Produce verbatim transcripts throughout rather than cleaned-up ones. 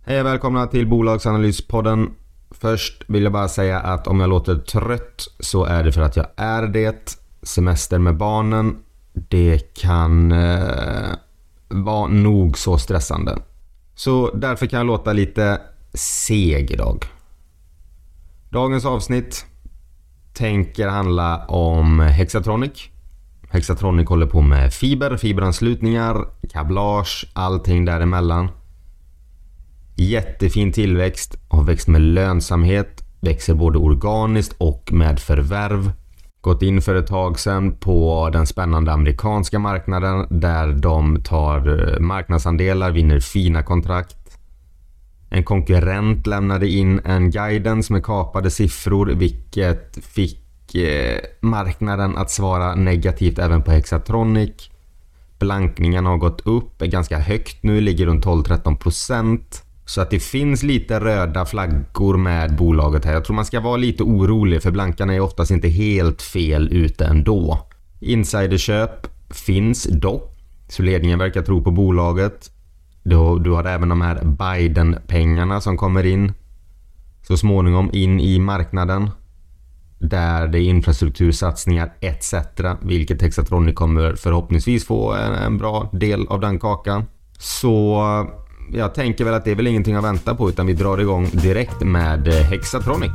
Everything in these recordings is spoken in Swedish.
Hej och välkomna till Bolagsanalyspodden. Först vill jag bara säga att om jag låter trött så är det för att jag är det. Semester med barnen, det kan eh, vara nog så stressande. Så därför kan jag låta lite seg idag. Dagens avsnitt tänker handla om Hexatronic. Hexatronic håller på med fiber, fiberanslutningar, kablage, allting däremellan. Jättefin tillväxt, har växt med lönsamhet, växer både organiskt och med förvärv. Gått in för ett tag sedan på den spännande amerikanska marknaden där de tar marknadsandelar, vinner fina kontrakt. En konkurrent lämnade in en guidance med kapade siffror, vilket fick eh, marknaden att svara negativt även på Hexatronic. Blankningen har gått upp, är ganska högt nu, ligger runt tolv till tretton procent. Så att det finns lite röda flaggor med bolaget här. Jag tror man ska vara lite orolig för blankarna är oftast inte helt fel ute ändå. Insiderköp finns dock. Så ledningen verkar tro på bolaget. Du, du har även de här Biden-pengarna som kommer in så småningom in i marknaden. Där det är infrastruktursatsningar et cetera. Vilket Hexatronic kommer förhoppningsvis få en, en bra del av den kakan. Så jag tänker väl att det är väl ingenting att vänta på utan vi drar igång direkt med Hexatronic.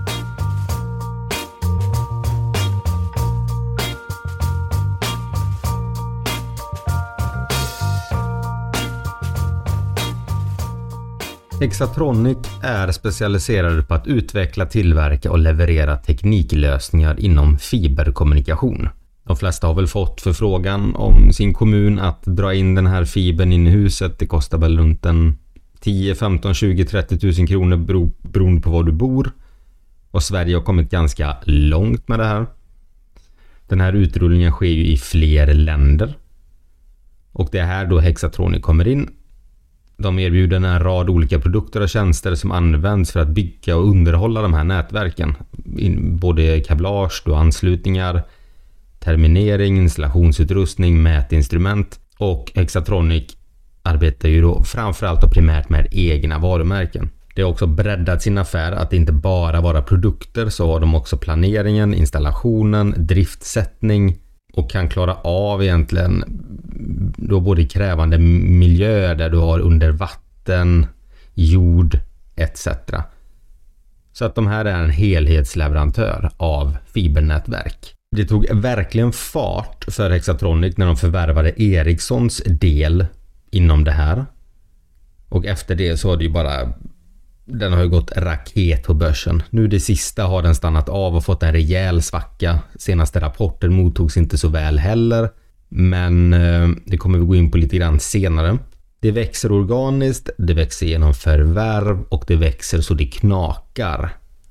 Hexatronic är specialiserade på att utveckla, tillverka och leverera tekniklösningar inom fiberkommunikation. De flesta har väl fått förfrågan om sin kommun att dra in den här fibern in i huset. Det kostar väl runt en tio, femton, tjugo, trettio tusen kronor bero, beroende på var du bor. Och Sverige har kommit ganska långt med det här. Den här utrullningen sker ju i fler länder. Och det är här då Hexatronic kommer in. De erbjuder en rad olika produkter och tjänster som används för att bygga och underhålla de här nätverken. Både kablage och anslutningar, terminering, installationsutrustning, mätinstrument och Hexatronic arbetar ju då framförallt och primärt med egna varumärken. Det har också breddat sin affär att inte bara vara produkter, så har de också planeringen, installationen, driftsättning och kan klara av egentligen då både krävande miljö där du har under vatten, jord et cetera. Så att de här är en helhetsleverantör av fibernätverk. Det tog verkligen fart för Hexatronic när de förvärvade Ericssons del inom det här. Och efter det så har det ju bara, den har ju gått raket på börsen. Nu det sista har den stannat av och fått en rejäl svacka. Senaste rapporten mottogs inte så väl heller. Men eh, det kommer vi gå in på lite grann senare. Det växer organiskt, det växer genom förvärv och det växer så det knakar.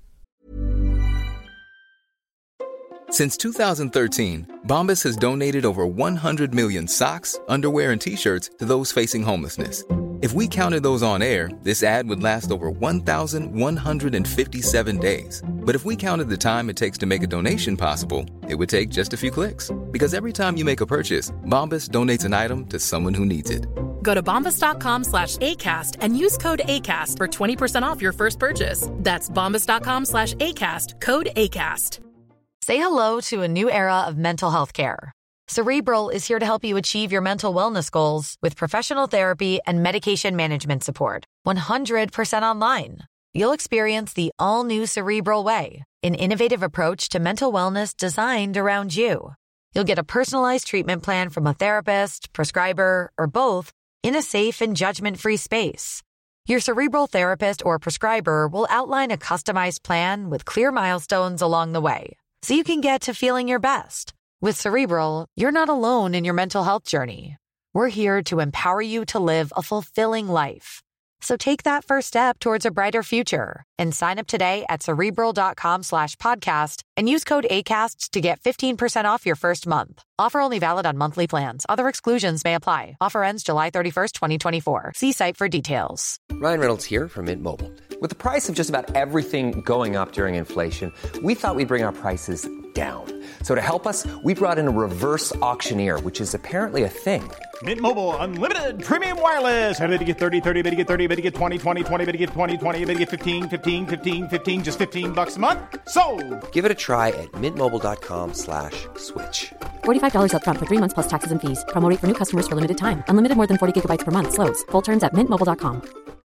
Since two thousand thirteen, Bombas has donated over one hundred million socks, underwear, and T-shirts to those facing homelessness. If we counted those on air, this ad would last over one thousand one hundred fifty-seven days. But if we counted the time it takes to make a donation possible, it would take just a few clicks. Because every time you make a purchase, Bombas donates an item to someone who needs it. Go to bombas.com slash ACAST and use code ACAST for twenty percent off your first purchase. That's bombas.com slash ACAST, code ACAST. Say hello to a new era of mental health care. Cerebral is here to help you achieve your mental wellness goals with professional therapy and medication management support. one hundred percent online. You'll experience the all-new Cerebral Way, an innovative approach to mental wellness designed around you. You'll get a personalized treatment plan from a therapist, prescriber, or both in a safe and judgment-free space. Your Cerebral therapist or prescriber will outline a customized plan with clear milestones along the way, so you can get to feeling your best. With Cerebral, you're not alone in your mental health journey. We're here to empower you to live a fulfilling life. So take that first step towards a brighter future and sign up today at Cerebral.com slash podcast and use code ACAST to get fifteen percent off your first month. Offer only valid on monthly plans. Other exclusions may apply. Offer ends July thirty-first, twenty twenty-four. See site for details. Ryan Reynolds here from Mint Mobile. With the price of just about everything going up during inflation, we thought we'd bring our prices down. So to help us, we brought in a reverse auctioneer, which is apparently a thing. Mint Mobile Unlimited Premium Wireless. How to get thirty, thirty, how to get thirty, how to get twenty, twenty, twenty, how to get twenty, twenty, how to get fifteen, fifteen, fifteen, fifteen, just fifteen bucks a month? Sold! Give it a try at mintmobile.com slash switch. forty-five dollars up front for three months plus taxes and fees. Promo rate for new customers for limited time. Unlimited more than forty gigabytes per month. Slows full terms at mint mobile dot com.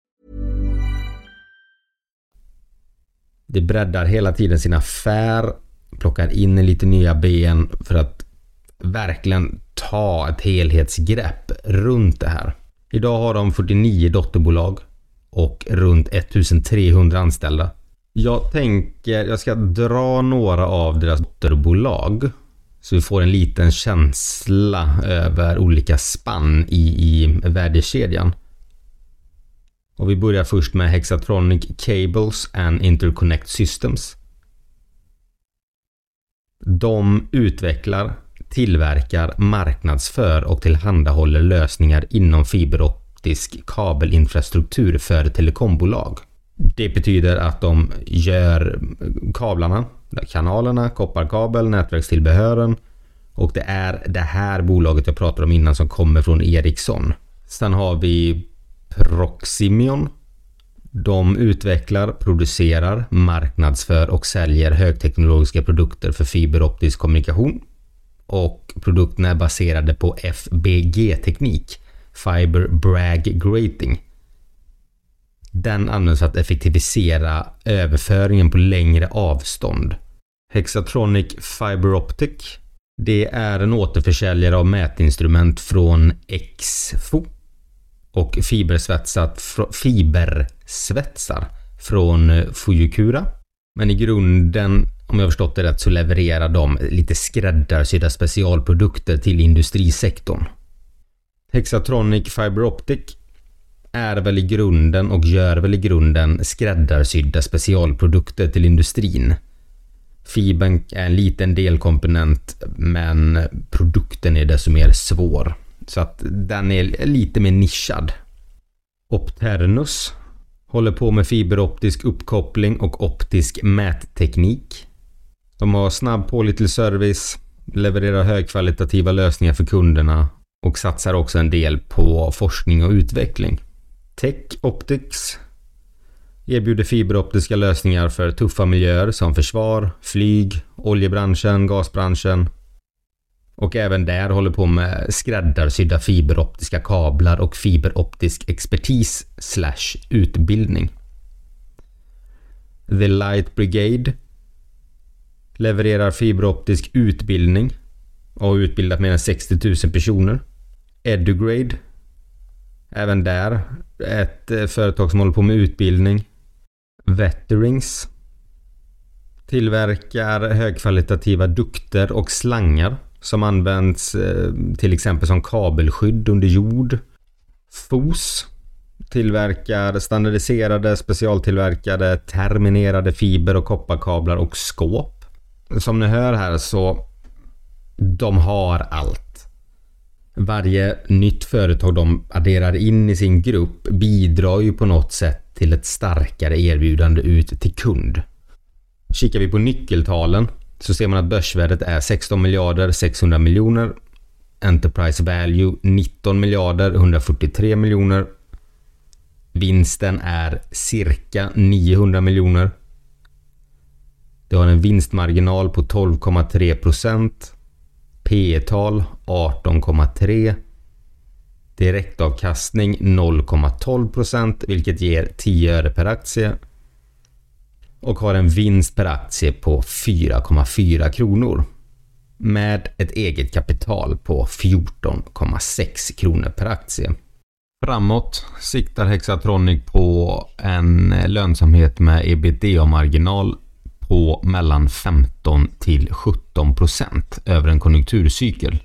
Det breddar hela tiden sin affär, plockar in lite nya ben för att verkligen ta ett helhetsgrepp runt det här. Idag har de fyrtionio dotterbolag och runt ettusentrehundra anställda. Jag tänker, jag ska dra några av deras dotterbolag så vi får en liten känsla över olika spann i, i värdekedjan. Och vi börjar först med Hexatronic Cables and Interconnect Systems. De utvecklar, tillverkar, marknadsför och tillhandahåller lösningar inom fiberoptisk kabelinfrastruktur för telekombolag. Det betyder att de gör kablarna, kanalerna, kopparkabel, nätverkstillbehören, och det är det här bolaget jag pratade om innan som kommer från Ericsson. Sen har vi Proximion. De utvecklar, producerar, marknadsför och säljer högteknologiska produkter för fiberoptisk kommunikation. Och produkterna är baserade på F B G-teknik, Fiber Bragg Grating. Den används för att effektivisera överföringen på längre avstånd. Hexatronic Fiber Optic. Det är en återförsäljare av mätinstrument från Exfo och fibersvetsat fibersvetsar från Fujikura. Men i grunden, om jag förstått det rätt, så levererar de lite skräddarsydda specialprodukter till industrisektorn. Hexatronic Fiber Optic är väl i grunden och gör väl i grunden skräddarsydda specialprodukter till industrin. Fibern är en liten delkomponent, men produkten är desto mer svår. Så att den är lite mer nischad. Opternus håller på med fiberoptisk uppkoppling och optisk mätteknik. De har snabb pålitlig service, levererar högkvalitativa lösningar för kunderna och satsar också en del på forskning och utveckling. Tech Optics erbjuder fiberoptiska lösningar för tuffa miljöer som försvar, flyg, oljebranschen, gasbranschen. Och även där håller på med skräddarsydda fiberoptiska kablar och fiberoptisk expertis slash utbildning. The Light Brigade levererar fiberoptisk utbildning och har utbildat mer än sextio tusen personer. Edugrade, även där ett företag som håller på med utbildning. Veterings tillverkar högkvalitativa dukter och slangar som används till exempel som kabelskydd under jord. F O S tillverkar standardiserade, specialtillverkade, terminerade fiber- och kopparkablar och skåp. Som ni hör här så de har allt. Varje nytt företag de adderar in i sin grupp bidrar ju på något sätt till ett starkare erbjudande ut till kund. Kikar vi på nyckeltalen så ser man att börsvärdet är sexton miljarder sexhundra miljoner. Enterprise value nitton miljarder etthundrafyrtiotre miljoner. Vinsten är cirka niohundra miljoner. Det har en vinstmarginal på tolv komma tre procent. P E-tal arton komma tre. Direktavkastning noll komma tolv procent, vilket ger tio öre per aktie. Och har en vinst per aktie på fyra komma fyra kronor. Med ett eget kapital på fjorton komma sex kronor per aktie. Framåt siktar Hexatronic på en lönsamhet med EBITDA-marginal på mellan femton till sjutton procent över en konjunkturcykel.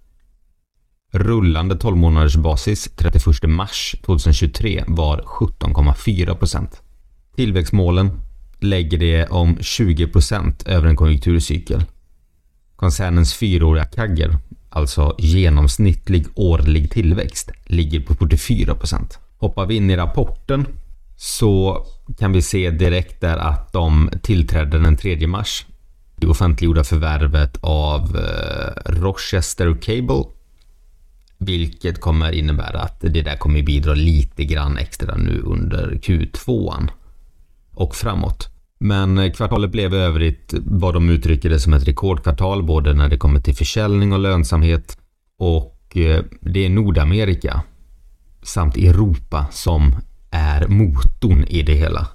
Rullande tolv månaders basis trettioförsta mars tjugohundratjugotre var sjutton komma fyra procent. Tillväxtmålen lägger det om tjugo procent över en konjunkturcykel. Koncernens fyraåriga C A G R, alltså genomsnittlig årlig tillväxt, ligger på fyrtiofyra procent. Hoppar vi in i rapporten så kan vi se direkt där att de tillträdde den tredje mars. offentliggjorda förvärvet av Rochester Cable, vilket kommer innebära att det där kommer bidra lite grann extra nu under Q två och framåt. Men kvartalet blev övrigt vad de uttrycker det som ett rekordkvartal, både när det kommer till försäljning och lönsamhet, och det är Nordamerika samt Europa som är motorn i det hela.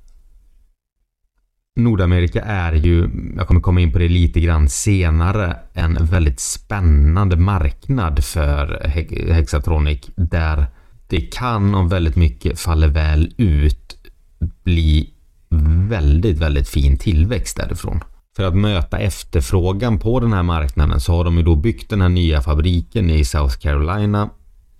Nordamerika är ju, jag kommer komma in på det lite grann senare, en väldigt spännande marknad för Hexatronic, där det kan, om väldigt mycket faller väl ut, bli väldigt, väldigt fin tillväxt därifrån. För att möta efterfrågan på den här marknaden så har de ju då byggt den här nya fabriken i South Carolina,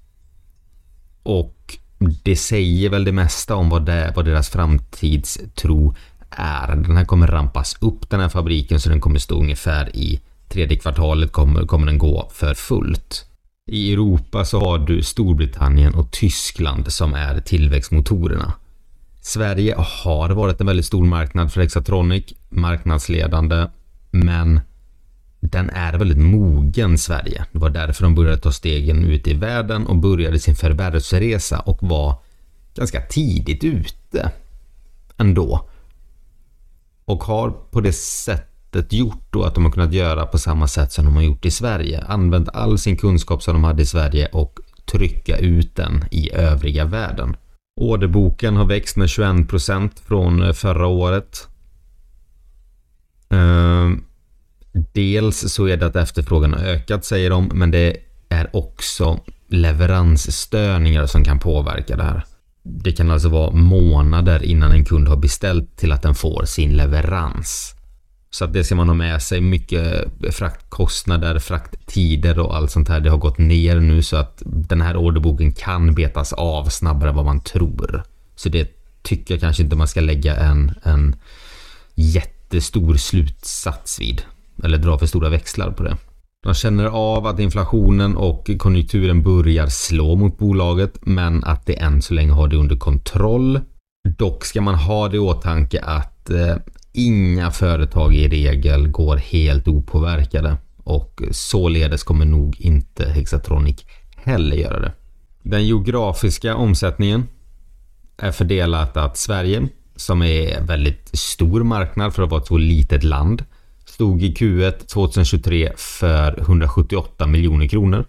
och det säger väl det mesta om vad, det, vad deras framtidstro är. Den här kommer rampas upp, den här fabriken, så den kommer stå ungefär i tredje kvartalet kommer, kommer den gå för fullt. I Europa så har du Storbritannien och Tyskland som är tillväxtmotorerna. Sverige har varit en väldigt stor marknad för Hexatronic, marknadsledande, men den är väldigt mogen, Sverige. Det var därför de började ta stegen ut i världen och började sin förvärvsresa och var ganska tidigt ute ändå. Och har på det sättet gjort då att de har kunnat göra på samma sätt som de har gjort i Sverige. Använt all sin kunskap som de hade i Sverige och trycka ut den i övriga världen. Orderboken har växt med tjugoen procent från förra året. Uh, dels så är det att efterfrågan har ökat, säger de, men det är också leveransstörningar som kan påverka det här. Det kan alltså vara månader innan en kund har beställt till att den får sin leverans. Så att det ska man ha med sig. Mycket fraktkostnader, frakttider och allt sånt här, det har gått ner nu, så att den här orderboken kan betas av snabbare än vad man tror. Så det tycker jag kanske inte man ska lägga en, en jättestor slutsats vid, eller dra för stora växlar på det. De känner av att inflationen och konjunkturen börjar slå mot bolaget, men att det än så länge har det under kontroll. Dock ska man ha det i åtanke att eh, inga företag i regel går helt opåverkade, och således kommer nog inte Hexatronic heller göra det. Den geografiska omsättningen är fördelat att Sverige, som är en väldigt stor marknad för att vara ett så litet land, stod i Q ett tjugohundratjugotre för hundrasjuttioåtta miljoner kronor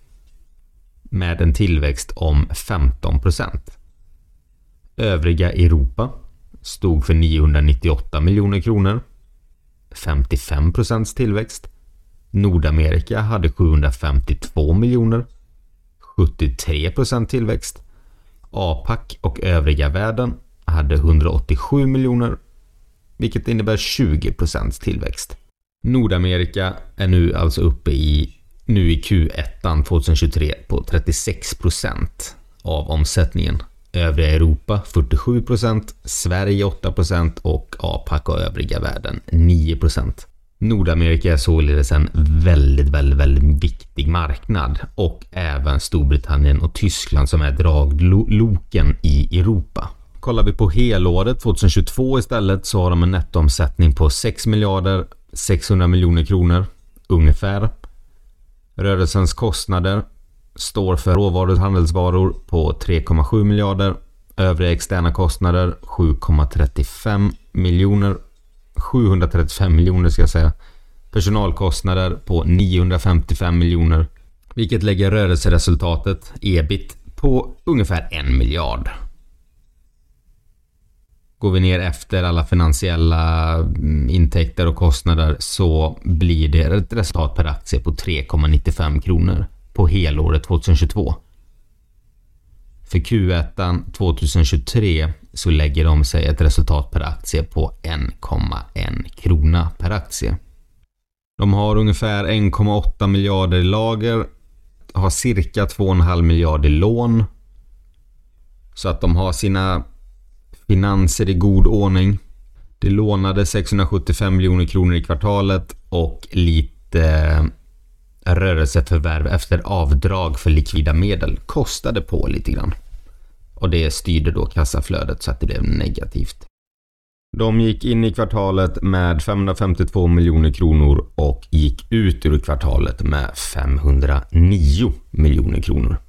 med en tillväxt om femton procent. Övriga Europa stod för niohundranittioåtta miljoner kronor, femtiofem procent tillväxt. Nordamerika hade sjuhundrafemtiotvå miljoner, sjuttiotre procent tillväxt. A P A C och övriga världen hade hundraåttiosju miljoner, vilket innebär tjugo procent tillväxt. Nordamerika är nu alltså uppe i nu i Q ett tjugohundratjugotre på trettiosex procent av omsättningen. Övriga Europa fyrtiosju procent, Sverige åtta procent och A P A C och övriga världen nio procent. Nordamerika är således en väldigt, väldigt, väldigt viktig marknad, och även Storbritannien och Tyskland som är dragloken i Europa. Kollar vi på helåret tjugohundratjugotvå istället, så har de en nettoomsättning på sex miljarder sexhundra miljoner kronor ungefär. Rörelsens kostnader står för råvaror och handelsvaror på tre komma sju miljarder. Övriga externa kostnader sju komma trettiofem miljoner. sjuhundratrettiofem miljoner ska jag säga. Personalkostnader på niohundrafemtiofem miljoner. Vilket lägger rörelseresultatet, E B I T, på ungefär en miljard. Går vi ner efter alla finansiella intäkter och kostnader, så blir det ett resultat per aktie på tre komma nittiofem kronor på helåret tjugohundratjugotvå. För Q ett tjugohundratjugotre så lägger de sig ett resultat per aktie på en komma en krona per aktie. De har ungefär en komma åtta miljarder i lager, har cirka två komma fem miljarder i lån, så att de har sina finanser i god ordning. Det lånade sexhundrasjuttiofem miljoner kronor i kvartalet, och lite rörelseförvärv efter avdrag för likvida medel kostade på lite grann. Och det styrde då kassaflödet så att det blev negativt. De gick in i kvartalet med femhundrafemtiotvå miljoner kronor och gick ut ur kvartalet med femhundranio miljoner kronor.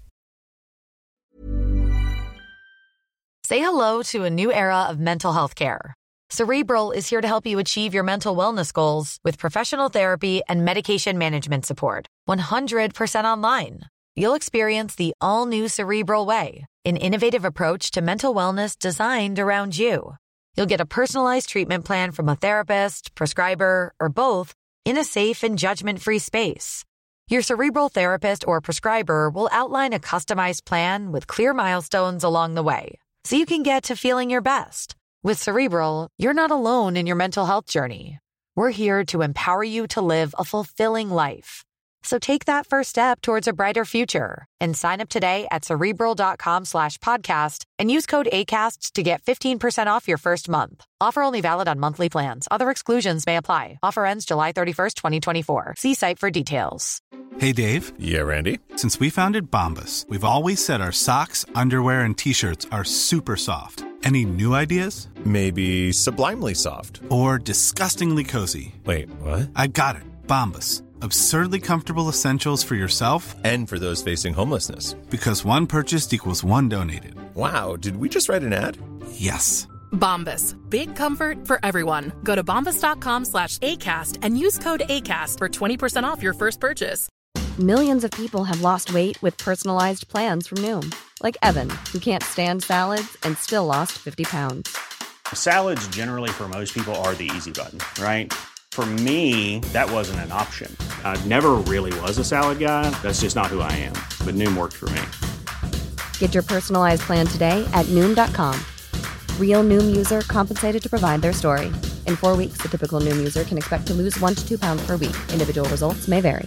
Say hello to a new era of mental health care. Cerebral is here to help you achieve your mental wellness goals with professional therapy and medication management support. one hundred percent online. You'll experience the all-new Cerebral Way, an innovative approach to mental wellness designed around you. You'll get a personalized treatment plan from a therapist, prescriber, or both in a safe and judgment-free space. Your Cerebral therapist or prescriber will outline a customized plan with clear milestones along the way, so you can get to feeling your best. With Cerebral, you're not alone in your mental health journey. We're here to empower you to live a fulfilling life. So take that first step towards a brighter future and sign up today at Cerebral.com slash podcast and use code ACAST to get fifteen percent off your first month. Offer only valid on monthly plans. Other exclusions may apply. Offer ends July thirty-first, twenty twenty-four. See site for details. Hey, Dave. Yeah, Randy. Since we founded Bombas, we've always said our socks, underwear, and T-shirts are super soft. Any new ideas? Maybe sublimely soft. Or disgustingly cozy. Wait, what? I got it. Bombas. Absurdly comfortable essentials for yourself and for those facing homelessness. Because one purchased equals one donated. Wow, did we just write an ad? Yes. Bombas. Big comfort for everyone. Go to bombas.com slash ACAST and use code ACAST for twenty percent off your first purchase. Millions of people have lost weight with personalized plans from Noom. Like Evan, who can't stand salads and still lost fifty pounds. Salads generally for most people are the easy button, right? For me, that wasn't an option. I never really was a salad guy. That's just not who I am. But Noom worked for me. Get your personalized plan today at Noom dot com. Real Noom user compensated to provide their story. In four weeks, the typical Noom user can expect to lose one to two pounds per week. Individual results may vary.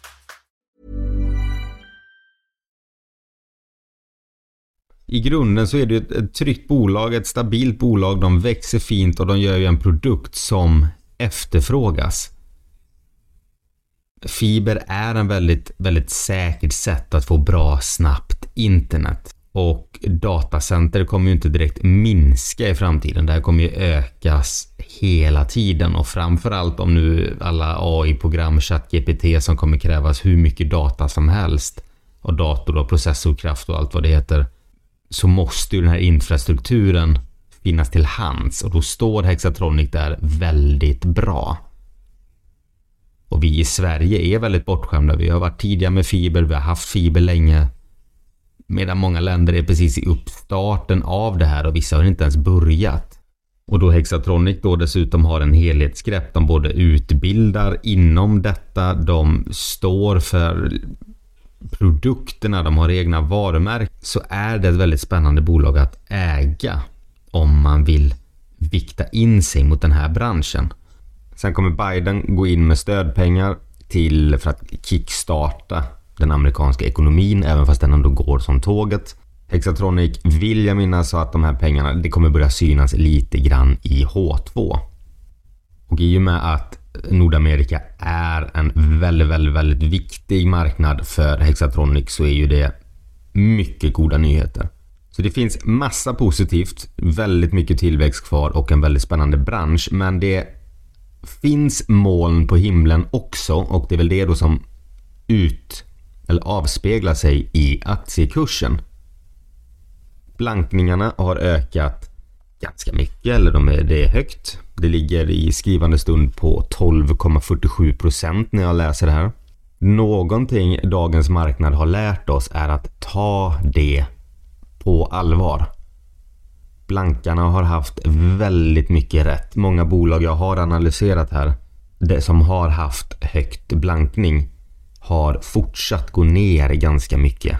I grunden så är det ett, ett tryggt bolag, ett stabilt bolag. De växer fint och de gör ju en produkt som efterfrågas. Fiber är en väldigt, väldigt säkert sätt att få bra, snabbt internet. Och datacenter kommer ju inte direkt minska i framtiden. Det här kommer ju ökas hela tiden. Och framförallt om nu alla A I-program, ChatGPT som kommer krävas hur mycket data som helst. Och dator och processorkraft och allt vad det heter. Så måste ju den här infrastrukturen finnas till hands. Och då står Hexatronic där väldigt bra. Och vi i Sverige är väldigt bortskämda. Vi har varit tidiga med fiber, vi har haft fiber länge. Medan många länder är precis i uppstarten av det här och vissa har inte ens börjat. Och då Hexatronic då dessutom har en helhetsgrepp. De både utbildar inom detta, de står för produkterna, de har egna varumärken. Så är det ett väldigt spännande bolag att äga om man vill vikta in sig mot den här branschen. Sen kommer Biden gå in med stödpengar till för att kickstarta den amerikanska ekonomin, även fast den ändå går som tåget. Hexatronic vill jag minnas så att de här pengarna, det kommer börja synas lite grann i H två. Och i och med att Nordamerika är en väldigt, väldigt, väldigt viktig marknad för Hexatronic så är ju det mycket goda nyheter. Så det finns massa positivt, väldigt mycket tillväxt kvar och en väldigt spännande bransch. Men det finns moln på himlen också och det är väl det då som ut eller avspeglar sig i aktiekursen. Blankningarna har ökat ganska mycket, eller de är, det är högt. Det ligger i skrivande stund på tolv komma fyrtiosju procent när jag läser det här. Någonting dagens marknad har lärt oss är att ta det på allvar. Blankarna har haft väldigt mycket rätt. Många bolag jag har analyserat här, det som har haft högt blankning har fortsatt gå ner ganska mycket.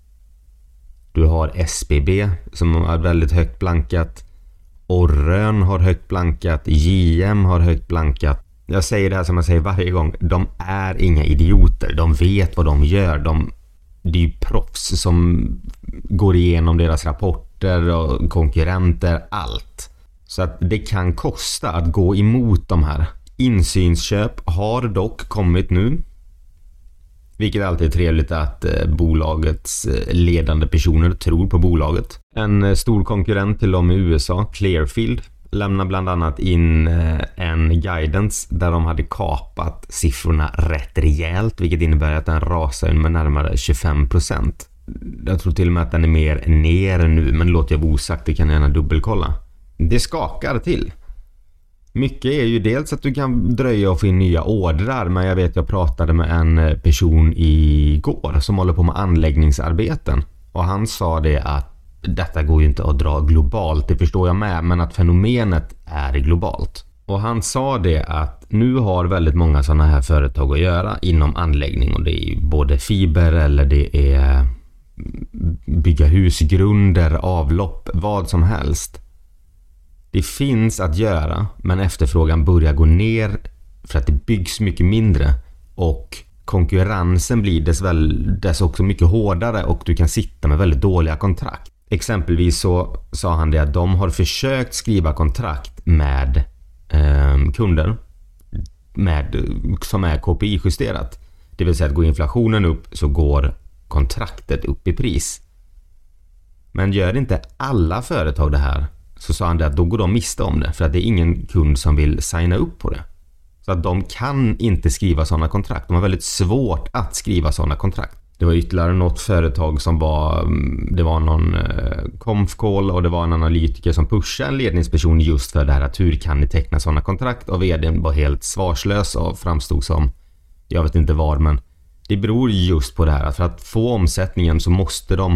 Du har S B B som har väldigt högt blankat. Orrön har högt blankat. J M har högt blankat. Jag säger det här som jag säger varje gång. De är inga idioter. De vet vad de gör. De, det är ju proffs som går igenom deras rapporter och konkurrenter. Allt. Så att det kan kosta att gå emot de här. Insynsköp har dock kommit nu. Vilket alltid är trevligt att eh, bolagets eh, ledande personer tror på bolaget. En eh, stor konkurrent till dem i U S A, Clearfield, lämnar bland annat in en guidance där de hade kapat siffrorna rätt rejält, vilket innebär att den rasar med närmare tjugofem procent. Jag tror till och med att den är mer ner nu, men låter jag osagt, det kan jag gärna dubbelkolla. Det skakar till. Mycket är ju dels att du kan dröja och få in nya ordrar, men jag vet jag pratade med en person igår som håller på med anläggningsarbeten och han sa det att detta går ju inte att dra globalt, det förstår jag med, men att fenomenet är globalt. Och han sa det att nu har väldigt många sådana här företag att göra inom anläggning, och det är både fiber eller det är bygga husgrunder, avlopp, vad som helst. Det finns att göra, men efterfrågan börjar gå ner för att det byggs mycket mindre och konkurrensen blir dess, väl, dess också mycket hårdare och du kan sitta med väldigt dåliga kontrakt. Exempelvis så sa han det att de har försökt skriva kontrakt med eh, kunder med, som är K P I-justerat. Det vill säga att går inflationen upp så går kontraktet upp i pris. Men gör inte alla företag det här, så sa han det att då går de miste om det för att det är ingen kund som vill signa upp på det. Så att de kan inte skriva sådana kontrakt. De har väldigt svårt att skriva sådana kontrakt. Det var ytterligare något företag som var, det var någon eh, konf-call och det var en analytiker som pushade en ledningsperson just för det här att hur kan ni teckna sådana kontrakt, och vdn var helt svarslös och framstod som, jag vet inte vad, men det beror just på det här att för att få omsättningen så måste de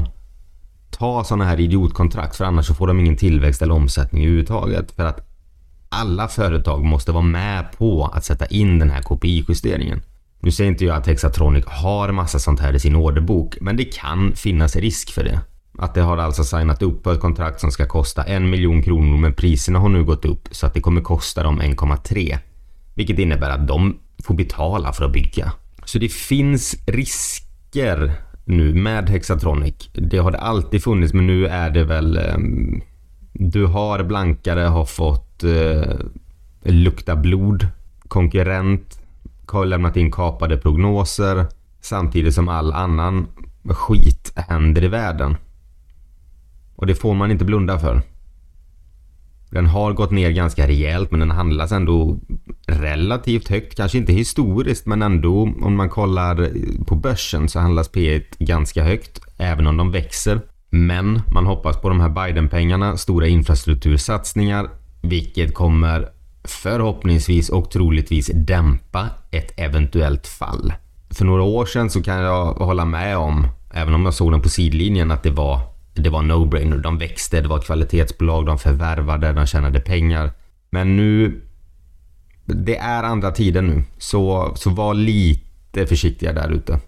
ta sådana här idiotkontrakt, för annars så får de ingen tillväxt eller omsättning överhuvudtaget, för att alla företag måste vara med på att sätta in den här K P I-justeringen. Nu säger inte jag att Hexatronic har massa sånt här i sin orderbok, men det kan finnas risk för det. Att det har alltså signat upp på ett kontrakt som ska kosta en miljon kronor, men priserna har nu gått upp så att det kommer kosta dem en komma tre. Vilket innebär att de får betala för att bygga. Så det finns risker nu med Hexatronic. Det har det alltid funnits, men nu är det väl... Um, du har blankare, har fått uh, lukta blod. Konkurrent har lämnat in kapade prognoser. Samtidigt som all annan skit händer i världen. Och det får man inte blunda för. Den har gått ner ganska rejält, men den handlas ändå relativt högt. Kanske inte historiskt, men ändå om man kollar på börsen så handlas P ett ganska högt, även om de växer. Men man hoppas på de här Biden-pengarna, stora infrastruktursatsningar, vilket kommer förhoppningsvis och troligtvis dämpa ett eventuellt fall. För några år sedan så kan jag hålla med om, även om jag såg den på sidlinjen, att det var Det var no-brainer. De växte, det var kvalitetsbolag, de förvärvade, de tjänade pengar. Men nu, det är andra tider nu. Så, så var lite försiktiga där ute.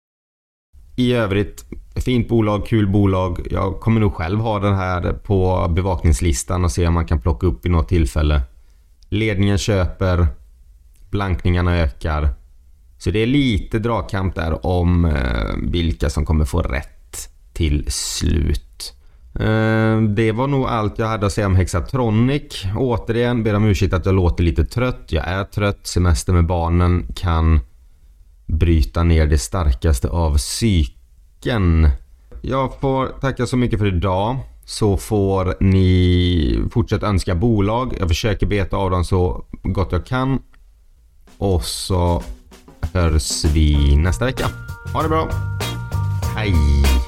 I övrigt, fint bolag, kul bolag. Jag kommer nog själv ha den här på bevakningslistan och se om man kan plocka upp i något tillfälle. Ledningen köper, blankningarna ökar. Så det är lite dragkamp där om eh, vilka som kommer få rätt till slut. Det var nog allt jag hade att säga om Hexatronic. Återigen ber om ursäkt att jag låter lite trött. Jag är trött. Semester med barnen kan bryta ner det starkaste av psyken. Jag får tacka så mycket för idag. Så får ni fortsätta önska bolag. Jag försöker beta av dem så gott jag kan. Och så hörs vi nästa vecka. Ha det bra. Hej!